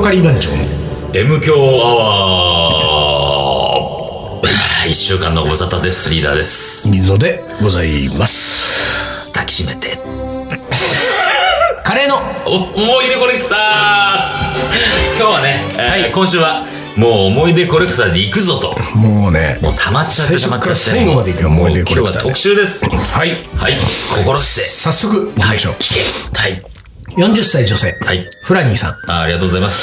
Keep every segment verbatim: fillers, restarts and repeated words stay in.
カリー番長の M 強アワー。一週間のご無沙汰です。リーダーです。 水野でございます。 抱きしめてカレーのお思い出コレクター。今日はね、はい、今週はもう思い出コレクターで行くぞと。 もうね、 もう溜まっちゃって溜まっちゃって、 最後まで行くよ、思い出コレクター。 今日は特集です。 はいはい、心して早速行きましょう。 聞け。はい。 よんじゅっさい女性、はい、フラニーさん。 あ, ありがとうございます。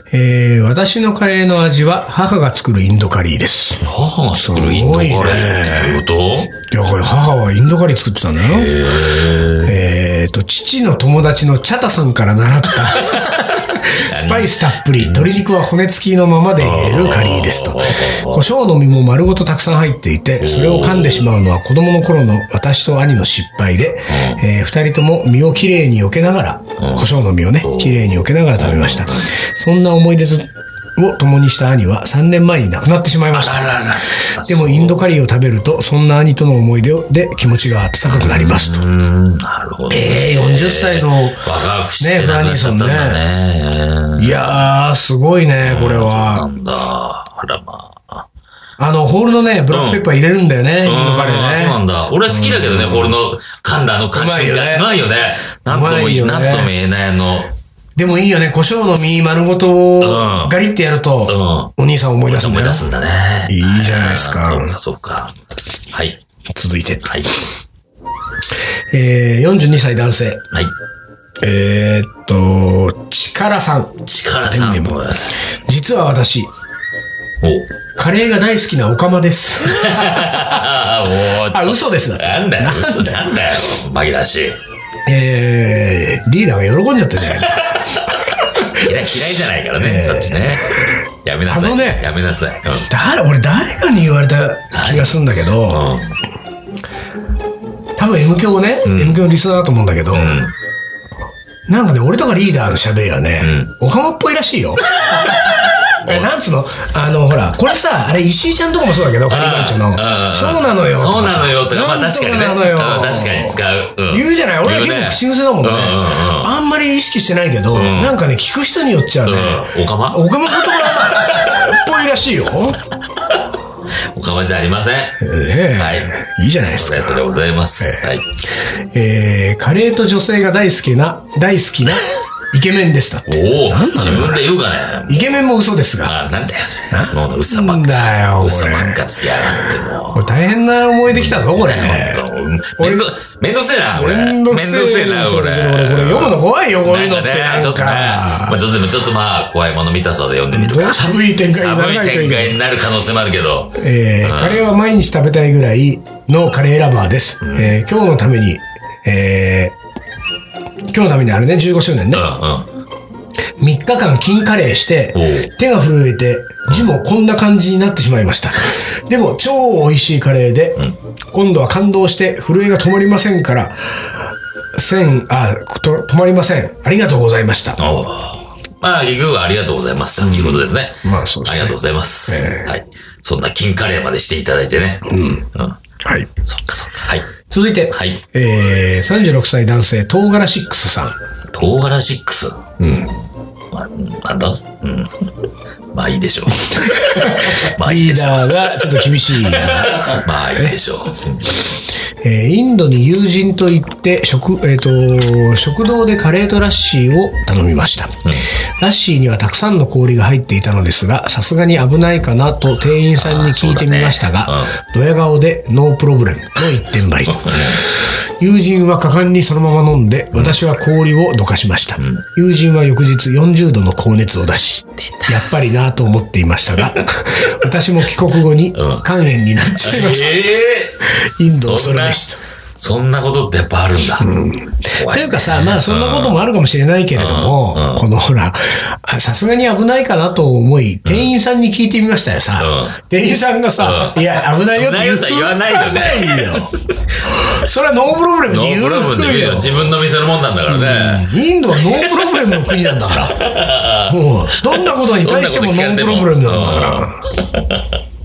えー、私のカレーの味は母が作るインドカリーです。 母が作るインドカレーってどういうこと？ いや、これ母はインドカリー作ってたんだよ。えーと父の友達のチャタさんから習ったスパイスたっぷり、鶏肉は骨付きのままで入れるカリーですと。胡椒の実も丸ごとたくさん入っていて、それを噛んでしまうのは子供の頃の私と兄の失敗で、えー、二人とも実をきれいに避けながら、胡椒の実をねきれいに避けながら食べました。そんな思い出を共にした兄はさんねんまえに亡くなってしまいました。でもインドカリーを食べるとそんな兄との思い出で気持ちが温かくなりますと。 うーん、なるほど、ね。 えー、よんじゅっさいのね、フラニーさんね。いやー、すごいね、これは。 そうなんだ。あらまあ。 あの、ホールのね、ブラックペッパー入れるんだよね、うん、インドカレーね。 そうなんだ。俺は好きだけどね、うん、ホールの噛んだあの感触が。うまいよね。なんともいい、なんとも言えないあの。 でもいいよね、胡椒の実丸ごとガリってやると、うん、お兄さん思い出すんだよ。 思い出すんだね。 いいじゃないですか。 そうか、そうか。はい。 続いて。 はい。 えー、よんじゅうにさい男性。 はい。 えー、っと、力さん。 力さん。 実は私、カレーが大好きなオカマです。あ、嘘です。 なんだよ、嘘なんだよ。紛らわしい。 えー、リーダーが喜んじゃってね。 嫌い、嫌いじゃないからね、えー、そっちね。やめなさい。あのね、やめなさい。うん、 誰、俺誰かに言われた気がするんだけど、うん、多分 M 響ね、うん、M 響のリスナーだと思うんだけど、うん、なんかね、俺とかリーダーの喋りはね、うん、オカマっぽいらしいよ。え、なんつうのあの、ほら、これさ、あれ、石井ちゃんとかもそうだけど、カリバンチョの。そうなのよ。 そうなのよとか、まあ確かにね。そうなのよ。確かに使う。 言うじゃない。俺は結構口癖だもんね。あんまり意識してないけど、なんかね、聞く人によっちゃね、 オカマオカマ言葉っぽいらしいよ。 オカマじゃありません。 ええ。はい。いいじゃないですか。 ストレートでございます。はい。 えー、カレーと女性が大好きな、大好きな、イケメンでしたって。 おお、自分で言うかね。 イケメンも嘘ですが。 あ、なんだよ。もう嘘ばっか。 だよ。 嘘ばっかつきやがってもう。 これ大変な思い出きたぞ、これ。 めんど、めんどせえな、これ。 めんどせえな、これ。俺、これ読むの怖いよ、こういうのって。 ちょっとね。まあちょっとでもちょっとまあ、怖いもの見たさで読んでみるか。 寒い展開になる。 寒い展開になる可能性もあるけど。 えー、カレーは毎日食べたいぐらいのカレーラバーです。えー、今日のために、えー、今日のためにあれね、じゅうごしゅうねんね。うんうん。みっかかん筋カレーして、手が震えて、字もこんな感じになってしまいました。でも、超美味しいカレーで、うん、今度は感動して震えが止まりませんから、せん、あ、と止まりません。ありがとうございました。 まあ、リグーはありがとうございますということですね。 うん、まあ、そうですね。 ありがとうございます。えー、はい。そんな筋カレーまでしていただいてね。うん。うん。 はい。 そっかそっか。はい。 続いて、はい。えー、さんじゅうろくさい男性、唐辛シックスさん。 唐辛シックス。うん。まあ、なんだうん。まあいいでしょう。まあいいでしょう。 リーダーがちょっと厳しい。 まあいいでしょう。 えー、インドに友人と行って食、えーと、食堂でカレーとラッシーを頼みました。うん、ラッシーにはたくさんの氷が入っていたのですが、さすがに危ないかなと店員さんに聞いてみましたが、ね、うん、ドヤ顔でノープロブレムの一点張り。友人は果敢にそのまま飲んで、私は氷をどかしました。うん、友人は翌日よんじゅうどの高熱を出し、やっぱりなぁと思っていましたが、私も帰国後に肝炎になっちゃいました。うん、えー、インド恐るべしと。 そんなことってやっぱあるんだ。うん、 ね、というかさ、まあそんなこともあるかもしれないけれども、うんうん、このほら、さすがに危ないかなと思い、店員さんに聞いてみましたよさ。うん、店員さんがさ、うん、いや、危ないよって言う言わないよね。 それはノープロブレムって言うよ。ノープロブレムって言うよ。 自分の店のもんなんだからね。 うん、インドはノープロブレムの国なんだから。もうどんなことに対してもノープロブレムなんだから。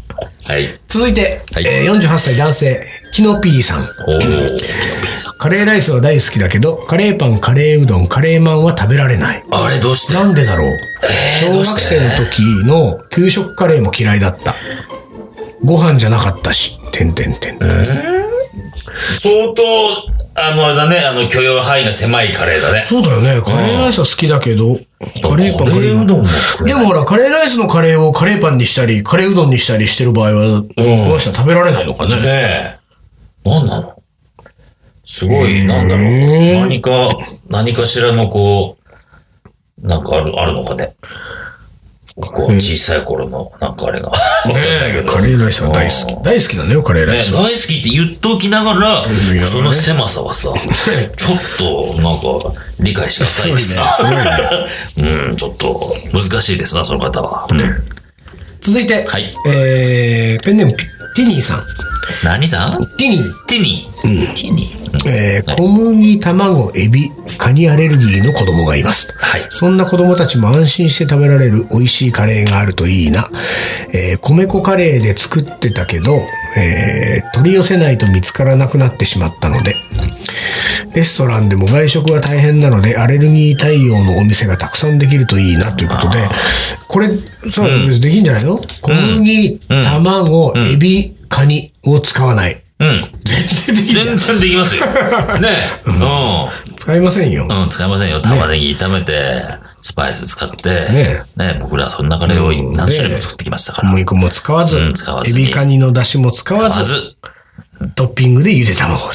はい。 続いて、 はいえー、よんじゅうはっさい男性、キノピーさん。 おー、キノピーさん。 カレーライスは大好きだけど、カレーパン、カレーうどん、カレーマンは食べられない。 あれ、どうして？ なんでだろう。 えー小学生の時の給食カレーも嫌いだった。ご飯じゃなかったし、てんてんてん。 相当、あの、あれだね、あの、許容範囲が狭いカレーだね。 そうだよね。カレーライスは好きだけど、カレーパン、 カレーうどんも食えない。 でもほら、カレーライスのカレーをカレーパンにしたり、カレーうどんにしたりしてる場合は、この人は食べられないのかね。 ねえ。なんなの？すごい、なんだろう。何か、何かしらのこう、なんかある、あるのかね。こう、小さい頃の、なんかあれが。 ねえ、カレーライスは大好き。大好きなんだよ、カレーライスは。 大好きって言っときながら、その狭さはさ、ちょっと、なんか、理解しがたいですさ。うん、ちょっと、難しいですな、その方は。 続いて、 はい。 えー、ペンネーム、ティニーさん。 何さん？ ティニー。 ティニー。ティニー。 えー、小麦、卵、エビ、カニアレルギーの子供がいます。 はい。 そんな子供たちも安心して食べられる美味しいカレーがあるといいな。えー、米粉カレーで作ってたけど、えー、取り寄せないと見つからなくなってしまったので、レストランでも外食が大変なので、アレルギー対応のお店がたくさんできるといいなということで、これ、そう、うん、できんじゃないの？小麦、うん、卵、うん、エビ、カニを使わない。 うん。 全然できるじゃん。 全然できますよ。ねえ。うん。 使いませんよ。 うん、使いませんよ。玉ねぎ炒めて、スパイス使って、ねえ。ねえ、僕らそんなカレーを何種類も作ってきましたから。 小麦粉も使わず、 使わず。 エビカニの出汁も使わず、トッピングでゆで卵。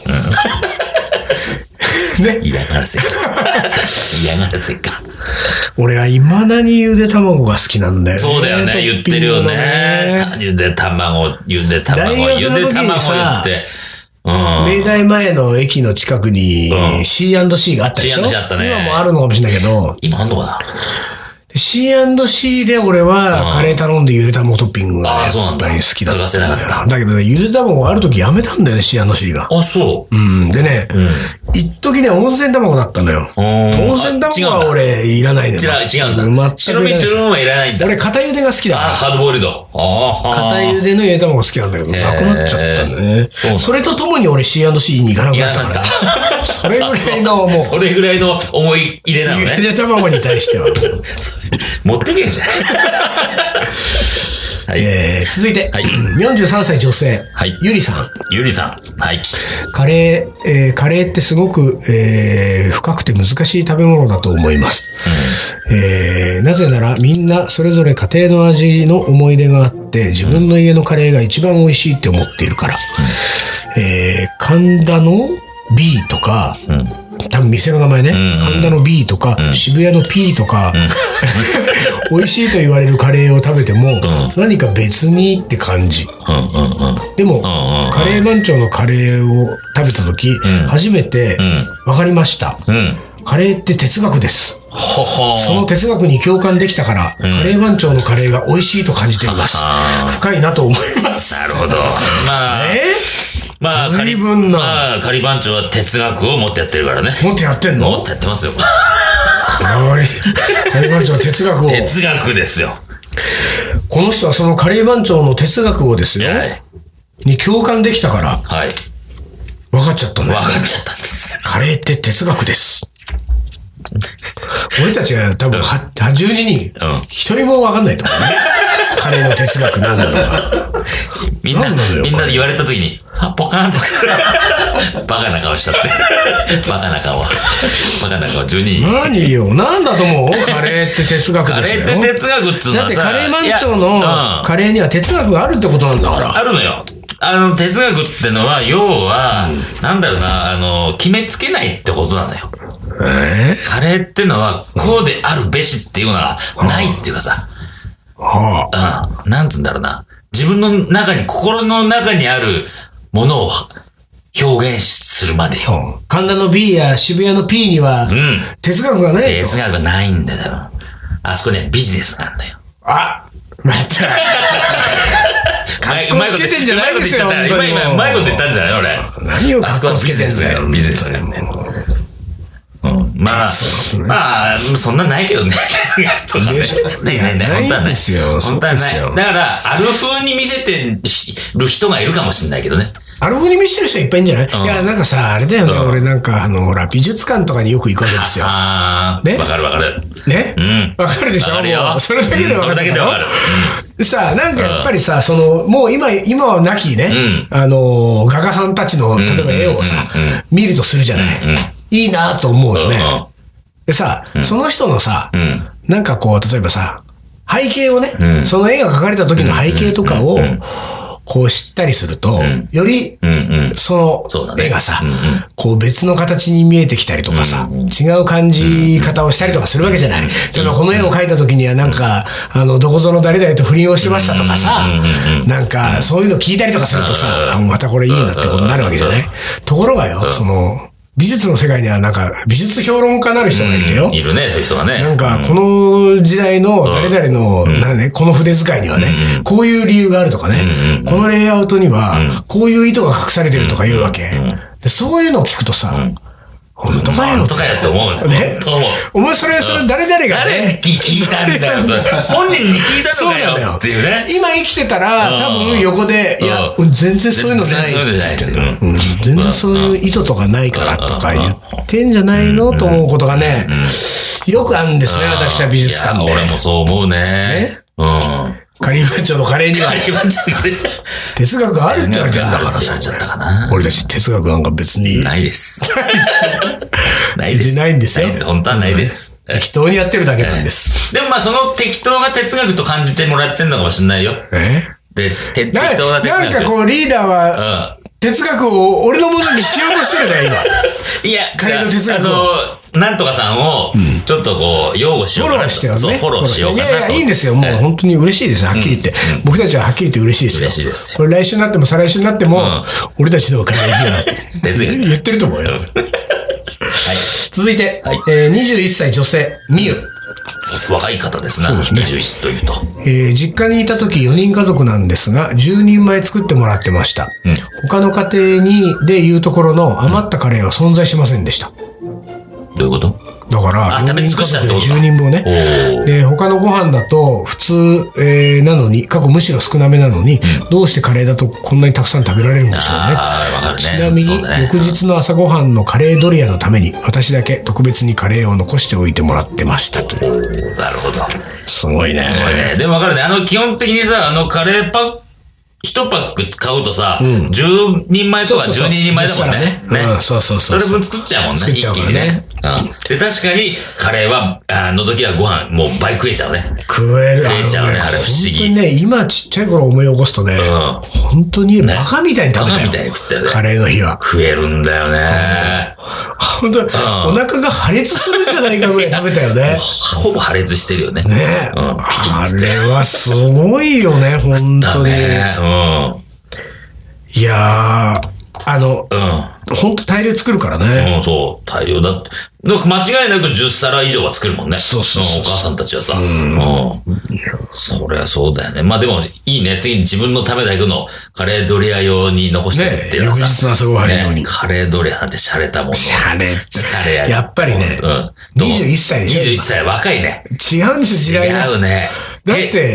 ね。 嫌がらせか。嫌がらせか。 俺は未だにゆで卵が好きなんだよね。 そうだよね。言ってるよね。ゆで卵、ゆで卵、ゆで卵言って。 うん。明大前の駅の近くに シーアンドシー があったでしょ？ シーアンドシー あったね。 今もあるのかもしれないけど。 今あんのかな？ シーアンドシー で俺はカレー頼んでゆで卵トッピングがやっぱり好きだった。 欠かせなかった。 だけどね、ゆで卵ある時やめたんだよね、シーアンドシー が。 あ、そう。 うん。でね、一時ね、温泉卵だったのよ。温泉卵は俺いらないね。 違う、違うんだ。白身トゥルーンはいらないんだ。 俺、片茹でが好きだから。 あ、ハードボイルド。 片茹でのゆで卵好きなんだけど、なくなっちゃったんだね。それとともに俺 シーアンドシー に行かなくなったから。それぐらいのもう。 それぐらいの思い入れなのね。 ゆで卵に対しては。 持ってけんじゃん。 はい、えー、続いて、はい、よんじゅうさんさい女性、はい、ゆりさん。 ゆりさん。はい。 カレー、えー、カレーってすごく、えー、深くて難しい食べ物だと思います。うん、えー、なぜならみんなそれぞれ家庭の味の思い出があって、自分の家のカレーが一番美味しいって思っているから。うん、えー、神田の B とか、うん多分店の名前ね、うんうん、神田の B とか、うん、渋谷の P とか、うん、美味しいと言われるカレーを食べても、うん、何か別にって感じ、うんうんうん、でも、うんうん、カレー番長のカレーを食べた時、うん、初めて分かりました、うん、カレーって哲学です、ほほその哲学に共感できたから、うん、カレー番長のカレーが美味しいと感じています。深いなと思います。 なるほど。まあ、えーまあ、 随分な。 まあ、仮番長は哲学を持ってやってるからね。 持ってやってんの？ 持ってやってますよ。 仮、仮番長は哲学を。 哲学ですよ。 この人はその仮番長の哲学をですよ。はい、に共感できたから。はい。分かっちゃったんだよ。 分かっちゃったんです。 カレーって哲学です。俺たちが多分は、うん、じゅうににん、うん、一人も分かんないと思うね。カレーの哲学なんだろうか。 みんな、みんな言われた時に、あ、ポカーンとバカな顔しちゃって。バカな顔は。バカな顔じゅうにん。 何よ。なんだと思う？カレーって哲学ですよ。 カレーって哲学っつうのはさ。 だってカレー番長のカレーには哲学があるってことなんだから。 あるのよ。あの、哲学ってのは、要は、うん、なんだろうな、あの、決めつけないってことなのよ。えー、カレーってのは、こうであるべしっていうのがないっていうかさ。はあ、うん。なんつうんだろうな。自分の中に、心の中にあるものを表現するまでよ。 神田の B や渋谷の P には、うん、哲学がないと。 哲学がないんだよ。あそこにはビジネスがあるんだよ。 あまた。かっこつけてんじゃないですよ。 今、今、うまいこと言ったんじゃない俺。 何をかっこつけてんだよ。 ビジネスなんだよ。 うん。まあ、まあ、そんなないけどね。哲学とかね。ないないない。本当はない。本当はない。だから、ある風に見せてる人がいるかもしれないけどね。 ある風に見せてる人いっぱいいんじゃない、うん、いや、なんかさ、あれだよね。うん、俺なんか、あの、ほら、美術館とかによく行くわけですよ。 ああ。ね。わかるわかる。 ね。うん。わかるでしょ。わかるよ。それだけでわかる。それだけでわかる。うん、さあ、なんかやっぱりさ、その、もう今、今はなきね、うん、あの、画家さんたちの、例えば絵をさ、うんうんうん、見るとするじゃない。うんうん、いいなと思うよね。うん、でさ、うん、その人のさ、うん、なんかこう、例えばさ、背景をね、うん、その絵が描かれた時の背景とかを、うんうんうん、こう知ったりすると、うん、より、その絵がさ、うんうん、こう別の形に見えてきたりとかさ、うんうん、違う感じ方をしたりとかするわけじゃない。うんうん、この絵を描いた時にはなんか、あの、どこぞの誰々と不倫をしてましたとかさ、うんうん、なんかそういうの聞いたりとかするとさ、またこれいいなってことになるわけじゃない。ところがよ、その、美術の世界にはなんか美術評論家なる人がいてよ。 うん、いるね、そういう人がね。 なんかこの時代の誰々の、うん、なんね、この筆使いにはね、うん、こういう理由があるとかね、うん、このレイアウトにはこういう意図が隠されてるとか言うわけ。でそういうのを聞くとさ、うん本当かよ。 本当かよって思うね。本当思う。 お前それ、それ誰々がね。 誰に聞いたんだよ、それ。本人に聞いたのかよっていうね。 今生きてたら、多分横で、いや、全然そういうのないって言って。全然そういう意図とかないからとか言ってんじゃないのと思うことがね、よくあるんですね、私は美術館で。 俺もそう思うね。うん。 カリー番長のカレーには哲学があるって言われてんだからさ。俺たち哲学なんか別に。 ないです。ないです。 ないんですよ。 本当はないです。 適当にやってるだけなんです。 でもまあその適当が哲学と感じてもらってんのかもしれないよ。えで、適当な哲学。 なんかこうリーダーは、哲学を俺のものにしようとしてるね、今。 いや、カレーの哲学を。なんとかさんを、ちょっとこう、擁護しようかなと。フォローしてよね。そう、フォローしようかなと。 いやいや、いいんですよ。もう本当に嬉しいです。はっきり言って。僕たちははっきり言って嬉しいですよ。 嬉しいです。 これ来週になっても再来週になっても、俺たちのカレーには言ってると思うよ。はい。続いて、にじゅういっさい女性、みゆ。 若い方ですな。にじゅういちというと。 えー、実家にいた時よにん家族なんですが、じゅうにんまえ作ってもらってました。うん、他の家庭にでいうところの余ったカレーは存在しませんでした。 どういうこと？ だから、よにん家族でじゅうにんぶんね。で、他のご飯だと普通、えー、なのに、過去むしろ少なめなのに、うん、どうしてカレーだとこんなにたくさん食べられるんでしょうね。 あ、ね、 ちなみに、ね、翌日の朝ごはんのカレードリアのために、私だけ特別にカレーを残しておいてもらってましたと。 なるほど。 すごいね。 すごいね。でもわかるね。あの、基本的にさ、あの、カレーパック、一パック買うとさ、うん、じゅうにんまえとかじゅうにんまえだもんね。ね。 うん、そうそうそう。 それ分作っちゃうもんね。 作っちゃうからね。 うん。で、確かに、カレーは、あの時はご飯、もう倍食えちゃうね。 食える。 食えちゃうね、あれ不思議。 本当にね、今ちっちゃい頃思い起こすとね、うん、本当にバカみたいに食べたよ。バカみたいに食ったよね。カレーの日は。 食えるんだよね。 本当に、お腹が破裂するんじゃないかぐらい食べたよね。 ほぼ破裂してるよね。 ね。うん。あれはすごいよね、本当に。 ね。うん。 いやー、あの、うん。ほんと大量作るからね。 うん、そう、大量だって。間違いなくじゅっさら以上は作るもんね。 そうそうそう。 お母さんたちはさ。うん。うん。そりゃそうだよね。まあでも、いいね。次に自分のためだけのカレードリア用に残してるっていうのはさ。 ね、翌日の朝ごはん用に、 ね。カレードリアなんて洒落たもん。 洒落た。 洒落や。 やっぱりね。うん。にじゅういっさいでしょ。 にじゅういっさい若いね。 違うんですよ、時代が。 違うね。 だって、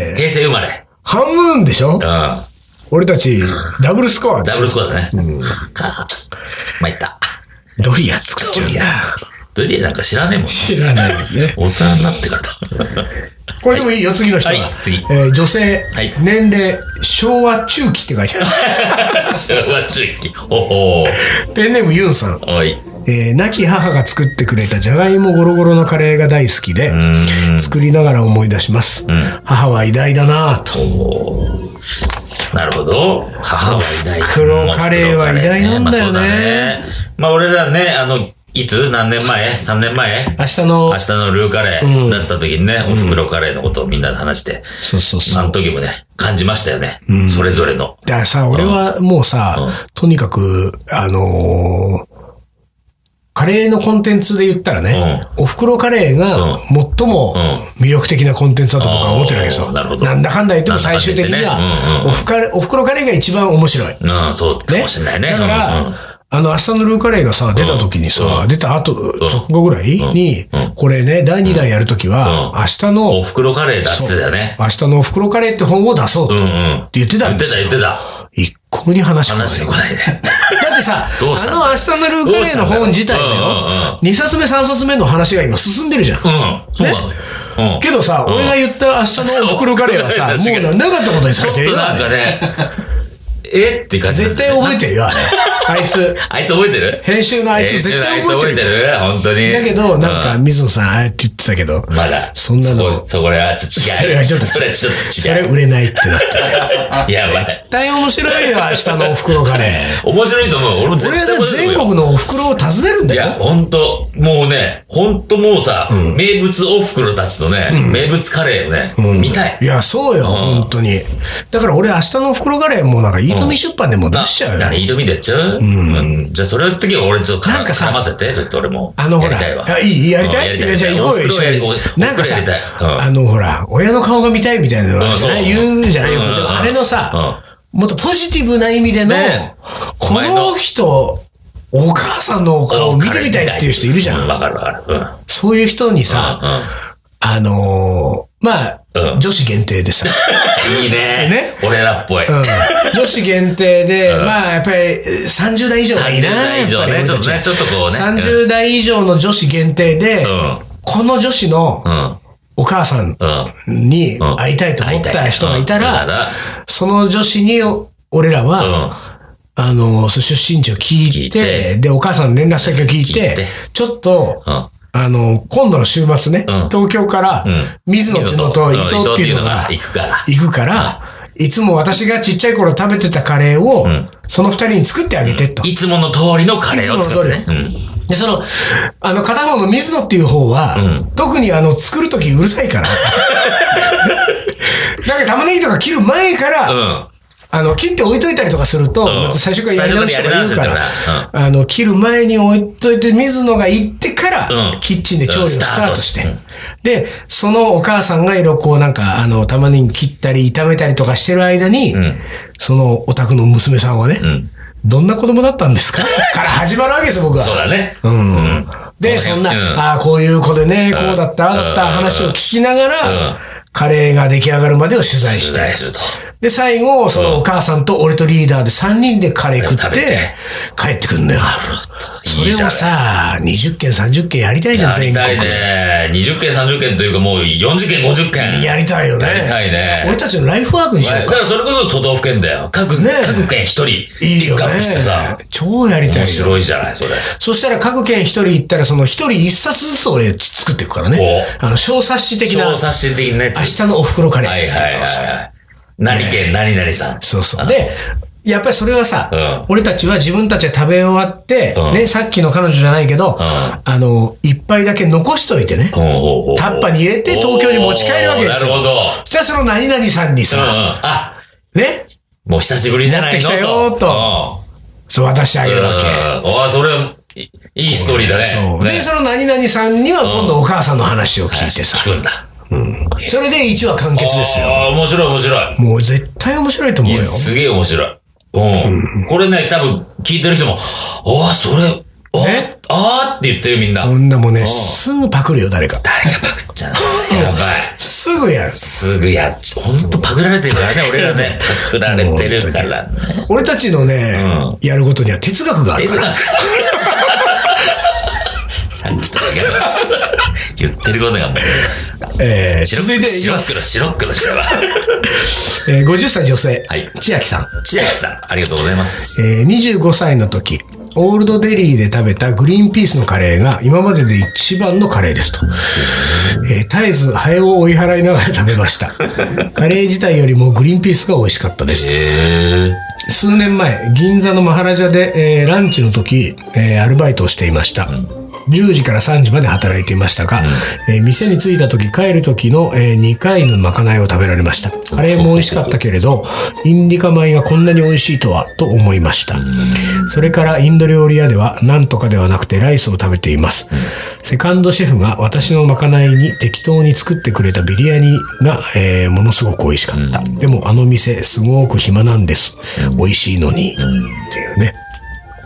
平成生まれ。 半分でしょ。 うん。 俺たち、ダブルスコアですダブルスコアだね。うん。まいった。 ドリア作っちゃうんだ。 ドリアなんか知らねえもん。 知らないですね。 大人になってからだ。 これでもいいよ、次の人は。 はい、次。 えー、女性、はい、年齢、昭和中期って書いてある。昭和中期。おお。 ペンネームユンさん。 はい。 えー、亡き母が作ってくれたじゃがいもゴロゴロのカレーが大好きで、作りながら思い出します。うん、母は偉大だなぁと。 なるほど。母は偉大。 袋カレーは偉大なんだよね。まあ、ねまあ、俺らね、あの、いつ何年前 ?さん 年前明日の。 明日のルーカレー出した時にね、うん、お袋カレーのことをみんなで話して。 そうそうそう。 あの時もね、感じましたよね。うん、それぞれの。 だからさ、俺はもうさ、うん、とにかく、あのー、カレーのコンテンツで言ったらね、うん、お袋カレーが最も魅力的なコンテンツだと僕は思ってるわけですよ。なるほど。なんだかんだ言っても最終的には、おふか、お袋カレーが一番面白い。 うん、そうかもしれないね。 だから、 あの、明日のルーカレーがさ、出た時にさ、 うん、 出た後、直後ぐらいに、うんうん、これね、だいにだんやる時は、うん、明日の、 おふくろカレー出してたよね。 明日のおふくろカレーって本を出そうと、って言ってたんですよ。 言ってた、言ってた。 一向に話が来ないね。 だってさ、あの明日のルーカレーの本自体だよ、にさつめさんさつめの話が今進んでるじゃん。 うん、そうなのよ。 うん、けどさ、うん、俺が言った明日のおふくろカレーはさ、もうなかったことにされてるよ。 ちょっとなんかね、えって感じですね。絶対覚えてるよ、あれ。あいつ。 あいつ覚えてる？ 編集のあいつ絶対覚えてる。 編集のあいつ覚えてる？本当に。 だけど、なんか、水野さん、ああって言ってたけど。 まだ。 そんなの。 そこれはちょっと違う。それはちょっと、それちょっと違う。 それ売れないってなって。 やばい。 絶対面白いよ、明日のおふくろカレー。面白いと思う。俺も絶対面白い。 俺は全国のおふくろを訪ねるんだよ。 いや、ほんと、もうね、ほんともうさ、名物おふくろたちとね、名物カレーをね、見たい。 いや、そうよ、ほんとに。だから俺明日のおふくろカレーもなんか、飯富出版でも出しちゃうよ。 だから、飯富でやっちゃう？うん。じゃあ、それの時は俺ちょっと絡ませて、ちょっと俺も。 あの、ほら。いいやりたい？じゃあ行こうよ、一緒に。なんかさ、あの、ほら、親の顔が見たいみたいなの言うじゃないよ。でもあれのさ、もっとポジティブな意味での、この人、お母さんの顔を見てみたいっていう人いるじゃん。 わかるわかる。 そういう人にさ、あのー、まあ、うん、女子限定でさ。 いいね。ね。俺らっぽい。うん、 女子限定で、うん、まあ、やっぱりさんじゅうだい以上がいいな。 さんじゅうだい以上ね。ちょっとね、ちょっとこうね。 さんじゅうだい以上の女子限定で、うん、この女子のお母さんに会いたいと思った人がいたら、その女子に俺らは、うん、あの、出身地を聞いて、聞いてで、お母さんの連絡先を聞いて、聞いてちょっと、うんあの、今度の週末ね、うん、東京から、水野っていうのと伊藤っていうのが行くから、行くから、いつも私がちっちゃい頃食べてたカレーを、その二人に作ってあげてと。 いつもの通りのカレーを作ってね。 で、その、あの、片方の水野っていう方は、特にあの、作るときうるさいから。なんか玉ねぎとか切る前から、あの、切って置いといたりとかすると、うん、最初からやり直しとか言うから、うん、あの、切る前に置いといて、水野が行ってから、うん、キッチンで調理をスタートして、うん、で、そのお母さんがいろいろこうなんか、あの、玉ねぎ切ったり炒めたりとかしてる間に、うん、そのお宅の娘さんはね、うん、どんな子供だったんですかから始まるわけです、僕は。 そうだね。 うん。うん、で、そんな、うん、ああ、こういう子でね、こうだった、ああだった話を聞きながら、うん、カレーが出来上がるまでを取材して、で、最後、そのお母さんと俺とリーダーでさんにんでカレー食って、帰ってくんのよ。それをさ、にじゅっけん、さんじゅっけんやりたいじゃん、全国。 やりたいね。にじゅっけん、さんじゅっけんというかもうよんじゅっけん、ごじゅっけん。 やりたいよね。 やりたいね。 俺たちのライフワークにしようか。 だからそれこそ都道府県だよ。各、ね、各県一人、ピックアップしてさ。 超やりたいよ。 面白いじゃない、それ。 そしたら各県一人行ったら、その一人一冊ずつ俺作っていくからね。あの、小冊子的な。 小冊子的なやつ。 明日のお袋カレー。 はいはいはいはい。何県、何々さん。 そうそう。で、やっぱりそれはさ、うん、俺たちは自分たちで食べ終わって、うん、ね、さっきの彼女じゃないけど、うん、あの、一杯だけ残しといてね、タッパに入れて東京に持ち帰るわけですよ。 なるほど。 じゃあその何々さんにさ、うん、 あ、 ね、 もう久しぶりじゃないのと。 持ってきたよと、そう渡してあげるわけ。 ああ、それいいストーリーだね。 そう。ね、で、その何々さんには今度お母さんの話を聞いてさ。 聞くんだ。 うん、それでいちわ完結ですよ。 ああ、面白い面白い。 もう絶対面白いと思うよ。 すげえ面白い。うん。うん、これね、多分聞いてる人も、ああ、それ、ああーって言ってるみんな。 こんなもんね、すぐパクるよ、誰か。 誰かパクっちゃう。やばい。 すぐやる。 すぐやっちゃう。ほんとパクられてるからね、俺らね。パクられてるからね。 俺たちのね、うん、やることには哲学があるから。哲学さっきと違う。言ってることがもう。 えー、続いて白黒、白黒したわ。 えー、ごじゅっさい女性。 はい。 千秋さん。 千秋さん、ありがとうございます。 えー、にじゅうごさいの時、オールドデリーで食べたグリーンピースのカレーが今までで一番のカレーですと。えー、絶えずハエを追い払いながら食べました。カレー自体よりもグリーンピースが美味しかったですと。数年前、銀座のマハラジャで、えー、ランチの時、えー、アルバイトをしていました。じゅうじからさんじまで働いていましたが、うんえー、店に着いた時帰る時の、えー、にかいのまかないを食べられました。カレーも美味しかったけれどインディカ米がこんなに美味しいとはと思いました。それからインド料理屋ではなんとかではなくてライスを食べています。セカンドシェフが私のまかないに適当に作ってくれたビリヤニが、えー、ものすごく美味しかった。でもあの店すごく暇なんです。美味しいのにっていうね。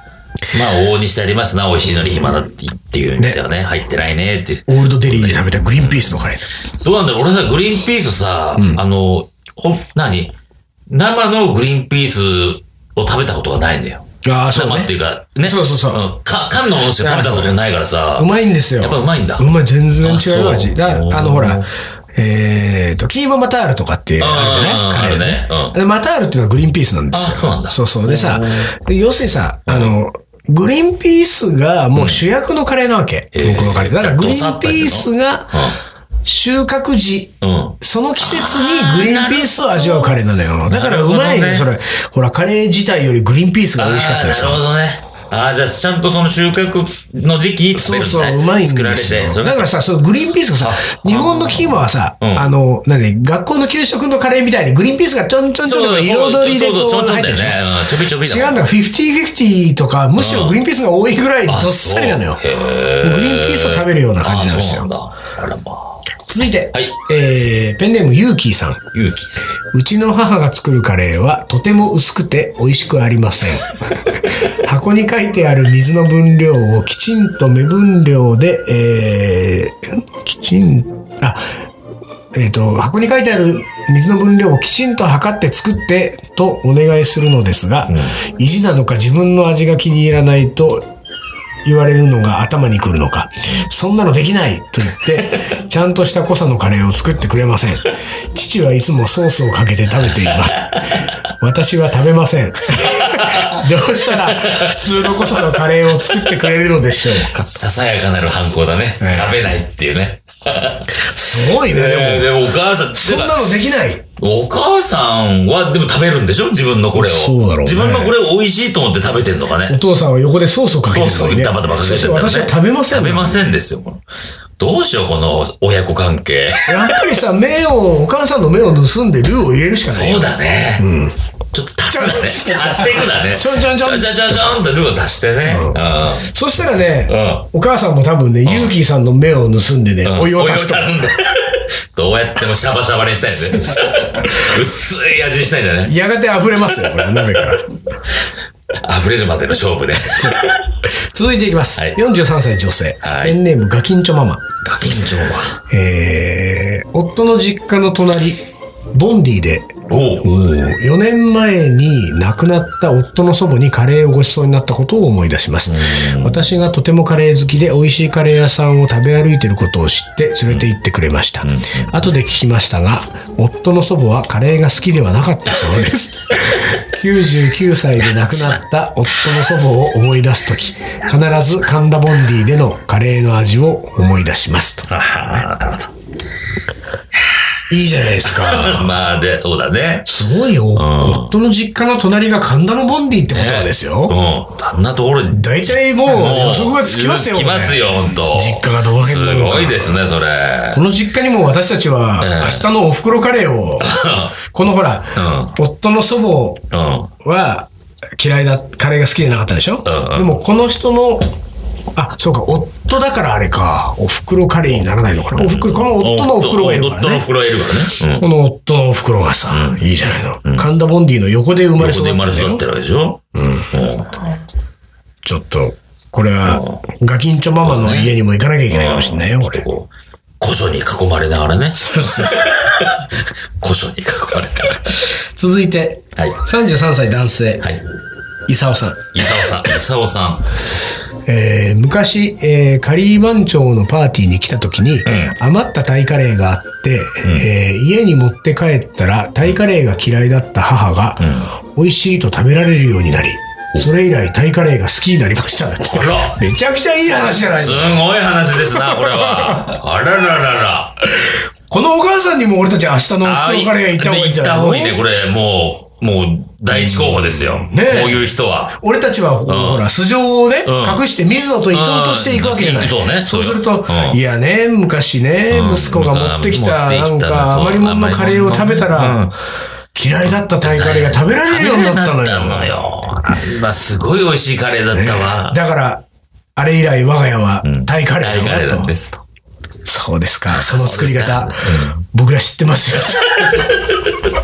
まあ、往々にしてありますな、美味しいのに暇だって言って言うんですよね。入ってないねって。 オールドデリーで食べたグリーンピースのカレー。 どうなんだろう俺さ、グリーンピースさ、うん、あの、ほ、何生のグリーンピースを食べたことがないんだよ。 ああ、そうね。 生っていうか、ね。 そうそうそう。 か、缶のものしか食べたことないからさ。 うまいんですよ。 やっぱうまいんだ。 うまい、全然違う味。だあの、ほら、えーと、キーママタールとかってあるじゃないカレーね。うん、でマタールっていうのはグリーンピースなんですよ。 そうなんだ。 そうそう。でさ、要するにさ、あの、グリーンピースがもう主役のカレーなわけ。うん、僕のカレー。だからグリーンピースが収穫時、うん、その季節にグリーンピースを味わうカレーなのよ。だからうまいね、それ。ほら、カレー自体よりグリーンピースが美味しかったですよ。 なるほどね。ああ、じゃあ、ちゃんとその収穫の時期に食べるんだね。そうそう、うまいんですよ。作られて。 だからさ、そのグリーンピースがさ、日本のキーマはさ、うん、あの、なんで、学校の給食のカレーみたいにグリーンピースがちょんちょんちょんとか彩りでこうそうそう、ちょんちょんだよね。うん、ちょびちょびだ。 違うんだ、フィフティーフィフティーとか、むしろグリーンピースが多いぐらいどっさりなのよ。グリーンピースを食べるような感じなんですよ。そうなんだ。あらまあ。続いて、はい、えー、ペンネームユーキーさん。 ユーキーさん。 うちの母が作るカレーはとても薄くて美味しくありません。箱に書いてある水の分量をきちんと目分量で、えー、きちん、あ、えっと、箱に書いてある水の分量をきちんと測って作ってとお願いするのですが、うん、意地なのか自分の味が気に入らないと言われるのが頭にくるのか、そんなのできないと言ってちゃんとした濃さのカレーを作ってくれません。父はいつもソースをかけて食べています。私は食べません。どうしたら普通の濃さのカレーを作ってくれるのでしょうか。 ささやかなる反抗だね、はい、食べないっていうね。 すごいね。 でも、でもお母さん、 そんなのできない。 お母さんはでも食べるんでしょ自分のこれを。 そうだろうね。 自分のこれを美味しいと思って食べてんのかね。 お父さんは横でソースをかけてる、ね。 ソースをダバダバかけてる、ね。 私は食べません。 食べませんですよ。どうしよう、この親子関係。 やっぱりさ、目を、お母さんの目を盗んでルーを入れるしかない。 そうだね。 うん。 ちょっと足すだね。足していくだね。 ちょんちょんちょん。 ちょんちょんちょんちょんとルーを足してね。うん。 そしたらね、お母さんも多分ね、ユーキーさんの目を盗んでね、お湯を足すと。お湯を足すんで。 どうやってもシャバシャバにしたいんだよね。薄い味にしたいんだよね。 やがて溢れますよ、これ、鍋から。 溢れるまでの勝負ね。 続いていきます。はい、よんじゅうさんさい女性。はい、ペンネームガキンチョママ。 ガキンチョママ。 えー、夫の実家の隣、ボンディで、よねんまえに亡くなった夫の祖母にカレーをご馳走になったことを思い出します。私がとてもカレー好きで美味しいカレー屋さんを食べ歩いていることを知って連れて行ってくれました。後で聞きましたが、夫の祖母はカレーが好きではなかったそうです。きゅうじゅうきゅうさいで亡くなった夫の祖母を思い出すとき、必ず神田ボンディでのカレーの味を思い出しますと。 ああ、なるほど。 いいじゃないですか。 まあで、そうだね。 すごいよ。うん、夫の実家の隣が神田のボンディってことはですよ。 ね、うん。あんなところに。 大体もう予測がつきますよ。 つきますよ、本当。 実家がどの辺なのか。 すごいですね、それ。 この実家にも私たちは、明日のお袋カレーを、このほら、うん、夫の祖母は嫌いだ、カレーが好きじゃなかったでしょ、うんうん、でもこの人の、あ、そうか、夫だからあれか、お袋カレーにならないのかな。お袋、この夫のお袋がいるからね。 夫のお袋がいるからね。うん、 この夫のお袋がさ、うん、いいじゃないの、うん。神田ボンディの横で生まれ育ってる。 横で生まれ育ってるわけでしょ。うん。うん、 ちょっと、これは、ガキンチョママの家にも行かなきゃいけないかもしれないよ、これ。 古書に囲まれながらね。そうそうそう。古書に囲まれながら。 続いて、はい、さんじゅうさんさい男性。はい。イサオさん。 イサオさん。イサオさん。 えー、昔、えー、カリー番長のパーティーに来た時に、うん、余ったタイカレーがあって、うんえー、家に持って帰ったらタイカレーが嫌いだった母が、うん、美味しいと食べられるようになり、それ以来タイカレーが好きになりました。あらめちゃくちゃいい話じゃないですか。すごい話ですな、これは。あらららら。 このお母さんにも俺たち明日のお袋カレー行った方がいいんじゃないの？ 行った方がいいね、これ。もう、もう、第一候補ですよ。ね、こういう人は。 俺たちは、うん、ほら、素性をね、うん、隠して水野と伊藤としていくわけじゃない。 そうね。 そうすると、うん、いやね、昔ね、息子が持ってきた、なんか、余り物のカレーを食べたら、嫌いだったタイカレーが食べられるようになったのよ。食べられるようになったのよ。 あんなすごい美味しいカレーだったわ。 ね、だから、あれ以来我が家はタイカレーだと。 タイカレーなんですと。 そうですか。その作り方、うん、僕ら知ってますよ。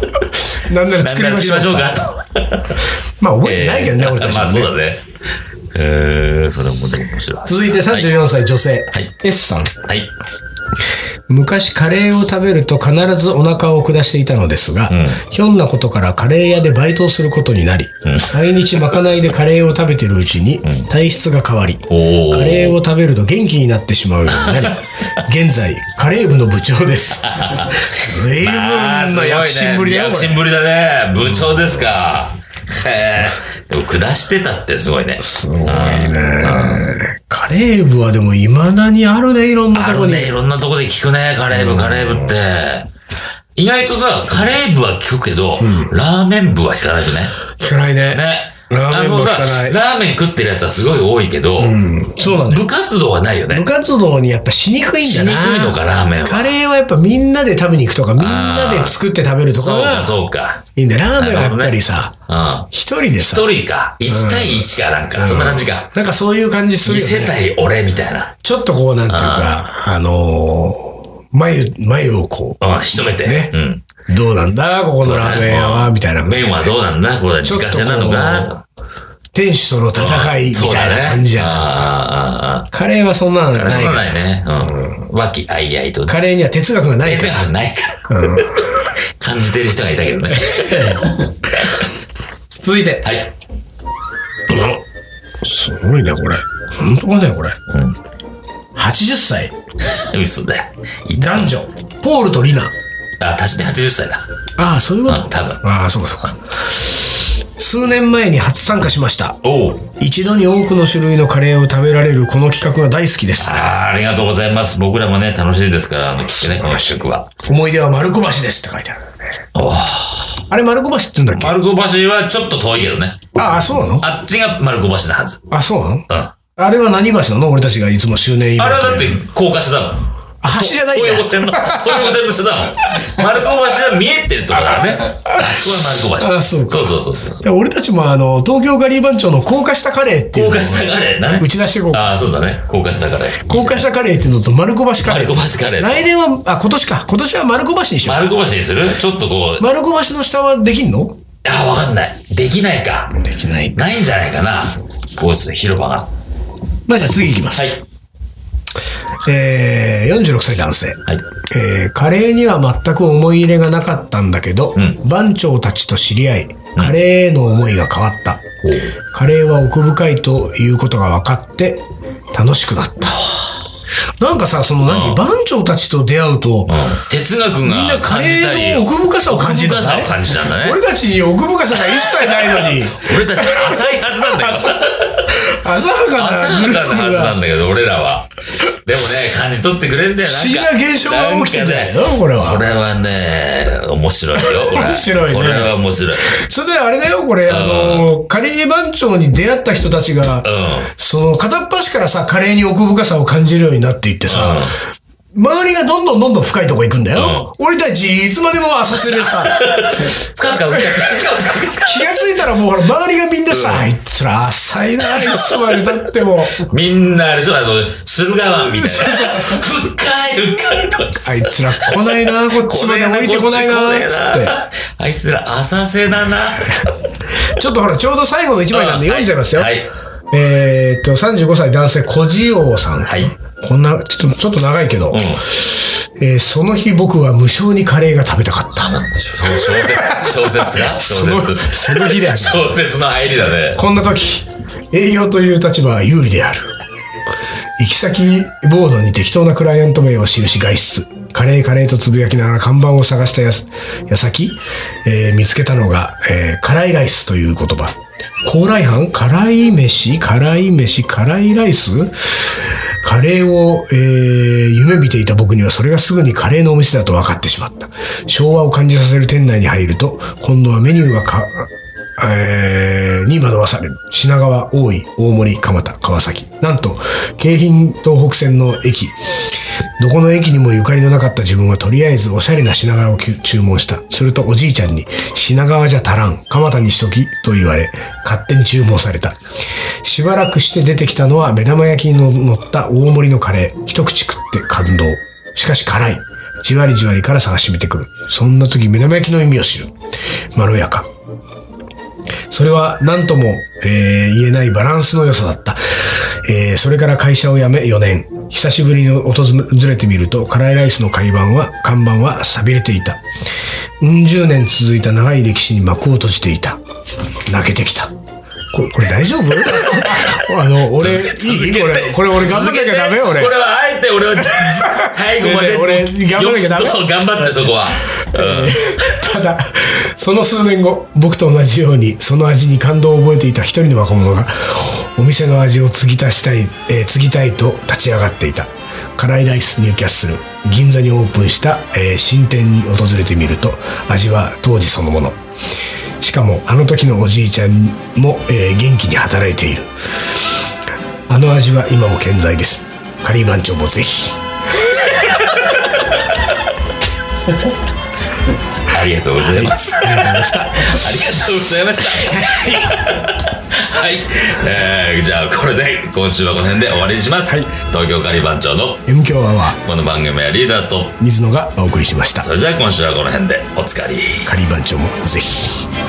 なんなら作りましょうか。まあ覚えてないけどね、えー、俺たちも、ね。 まあそうだね。 へえ、それもでも面白い。 続いてさんじゅうよんさい女性。 はい。 S さん。 はい。 昔カレーを食べると必ずお腹を下していたのですが、うん、ひょんなことからカレー屋でバイトをすることになり、うん、毎日まかないでカレーを食べてるうちに体質が変わり、うん、カレーを食べると元気になってしまうようになり、現在カレー部の部長です。随分な躍進ぶりだよ、 躍進ぶりだね。部長ですか。へえ。でも下してたってすごいね。 すごいね。カレー部はでも未だにあるね、いろんなとこに。 あるね、いろんなとこで聞くね、カレー部、カレー部って。意外とさ、カレー部は聞くけど、うん、ラーメン部は聞かないよね。 聞かないね。 ね。 ラーメン部は聞かない。 ラーメン食ってるやつはすごい多いけど、うん、 そうなんです。 部活動はないよね。 部活動にやっぱしにくいんだな。 しにくいのか、ラーメンは。 カレーはやっぱみんなで食べに行くとか、みんなで作って食べるとかが。 そうか、そうか。 いいんだよ。ラーメンはやっぱりさ、一、ね、うん、人でさ。 一人か。一対一かなんか、うん、そんな感じか。 なんかそういう感じするよね。 見せたい俺みたいな。 ちょっとこうなんていうか、あのー、眉、眉をこう。 うん、潜めて。ね。うん。 どうなんだここのラーメン屋は、みたいな。 麺はどうなんだこれ自家製なのか店主との戦いみたいな感じじゃん。カレーはそんなのないから。そんなないね。うん。和気あいあいと。 カレーには哲学がないから。 哲学ないから。うん。感じてる人がいたけどね。 続いて。 はい。 すごいね、これ。本当かね、これ。うん。はちじゅっさい。 嘘だよ。 男女。ポールとリナ。 あ、足してはちじゅっさいだ。 ああ、そういうこと？ 多分。 ああ、そうかそうか。数年前に初参加しました。 おう。 一度に多くの種類のカレーを食べられるこの企画が大好きです。 ああ、ありがとうございます。僕らもね、楽しいですから、あの、聞いてね、この企画は。 思い出は丸子橋ですって書いてある、ね。 おあれ丸子橋って言うんだっけ？ 丸子橋はちょっと遠いけどね。 ああ、そうなの？ あっちが丸子橋のはず。 あ、そうなの？うん。 あれは何橋なの？俺たちがいつも周年イベント。 あれはだって高架下だもん。 橋じゃないんだ。 東横線の、東横線の下だもん。丸子橋は見えてるところだからね。あそこは丸子橋。 あ、そうか。 そうそうそうそう。 俺たちもあの、東京ガリー番長の高架下カレーっていう。 高架下カレーだね。 打ち出していこうか。 ああ、そうだね。高架下カレー。 高架下カレーっていうのと丸子橋カレー。 丸子橋カレー。 来年は、あ、今年か。今年は丸子橋にしよう。 丸子橋にする？ちょっとこう。 丸子橋の下はできんの？ あ、わかんない。できないか。 できない。 ないんじゃないかな。こうですね、広場が。 まあ、じゃあ次行きます。 はい。 えー、よんじゅうろくさい男性。 はい。 えー、カレーには全く思い入れがなかったんだけど、うん、番長たちと知り合い、カレーへの思いが変わった。うん、カレーは奥深いということが分かって楽しくなった。なんかさ、その何、うん、番長たちと出会うと、うん、 哲学がみんなカレーの奥深さを感じる、 奥深さを感じたんだね。 俺たちに奥深さが一切ないのに。 俺たち浅いはずなんだよ。 浅はかな浅はかなはずなんだけど、俺らは。でもね、感じ取ってくれるんだよ。 不思議な現象が起きてんだよ、これは。 これはね、面白いよ。 面白いね。 これは面白い。 それであれだよ、これ、あの、カレー番長に出会った人たちが、その、片っ端からさ、カレーに奥深さを感じるようになっていってさ、周りがどんどんどんどん深いとこ行くんだよ。うん、俺たちいつまでも浅瀬でさ、 深々深気がついたらもうほら周りがみんなさ、うん、あいつら浅いな、いつまでだっても。 みんなあれでしょ、あの、駿河湾みたいな。深い深いと。 あいつら来ないな、こっちまで降りてこないな、つって。 あいつら浅瀬だな。 ちょっとほら、ちょうど最後の一枚なんで読んじゃいますよ。 はい。 えーっと、さんじゅうごさい男性、小次王さん。 はい。 こんな、ちょっと、ちょっと長いけど、うん、えー、その日僕は無償にカレーが食べたかった。 小説、小説が小説。 その日だよ。 小説の入りだね。 こんな時、営業という立場は有利である。行き先ボードに適当なクライアント名を記し外出。カレーカレーとつぶやきながら看板を探したやす矢先、えー、見つけたのが、えー、辛いライスという言葉。高麗飯辛い飯辛い飯辛いライスカレーを、えー、夢見ていた僕にはそれがすぐにカレーのお店だと分かってしまった。昭和を感じさせる店内に入ると、今度はメニューがか、えー、に惑わされる。品川、大井、大森、蒲田、川崎。なんと、京浜東北線の駅。どこの駅にもゆかりのなかった自分はとりあえずおしゃれな品川を注文した。するとおじいちゃんに、品川じゃ足らん、蒲田にしとき、と言われ、勝手に注文された。しばらくして出てきたのは目玉焼きに乗った大盛りのカレー。一口食って感動。しかし辛い。じわりじわりから探しめてくる。そんな時目玉焼きの意味を知る。まろやか。 それは何とも、えー、言えないバランスの良さだった。えー、それから会社を辞めよねん。久しぶりに訪れてみると、辛いライスの看板は、看板は錆びれていた。うん十年続いた長い歴史に幕を閉じていた。泣けてきた。これ、これ大丈夫あの、俺、いいこれ、これ俺頑張んなきゃダメよ、俺。 これはあえて俺は最後まで。 俺、頑張んなきゃダメ。 そう、頑張ってそこは。うん、 ただ、その数年後、僕と同じように、その味に感動を覚えていた一人の若者が、お店の味を継ぎ足したい、えー、継ぎたいと立ち上がっていた。辛いライスニューキャッスル、銀座にオープンした、えー、新店に訪れてみると、味は当時そのもの。しかもあの時のおじいちゃんも、えー、元気に働いている。あの味は今も健在です。カリー番長もぜひ。 ありがとうございます。 ありがとうございました。ありがとうございました。はい、えー、じゃあこれで今週はこの辺で終わりにします。はい、東京カリー番長の M 強アワー。 この番組はリーダーと水野がお送りしました。 それじゃあ今週はこの辺でおつかり。 カリー番長もぜひ。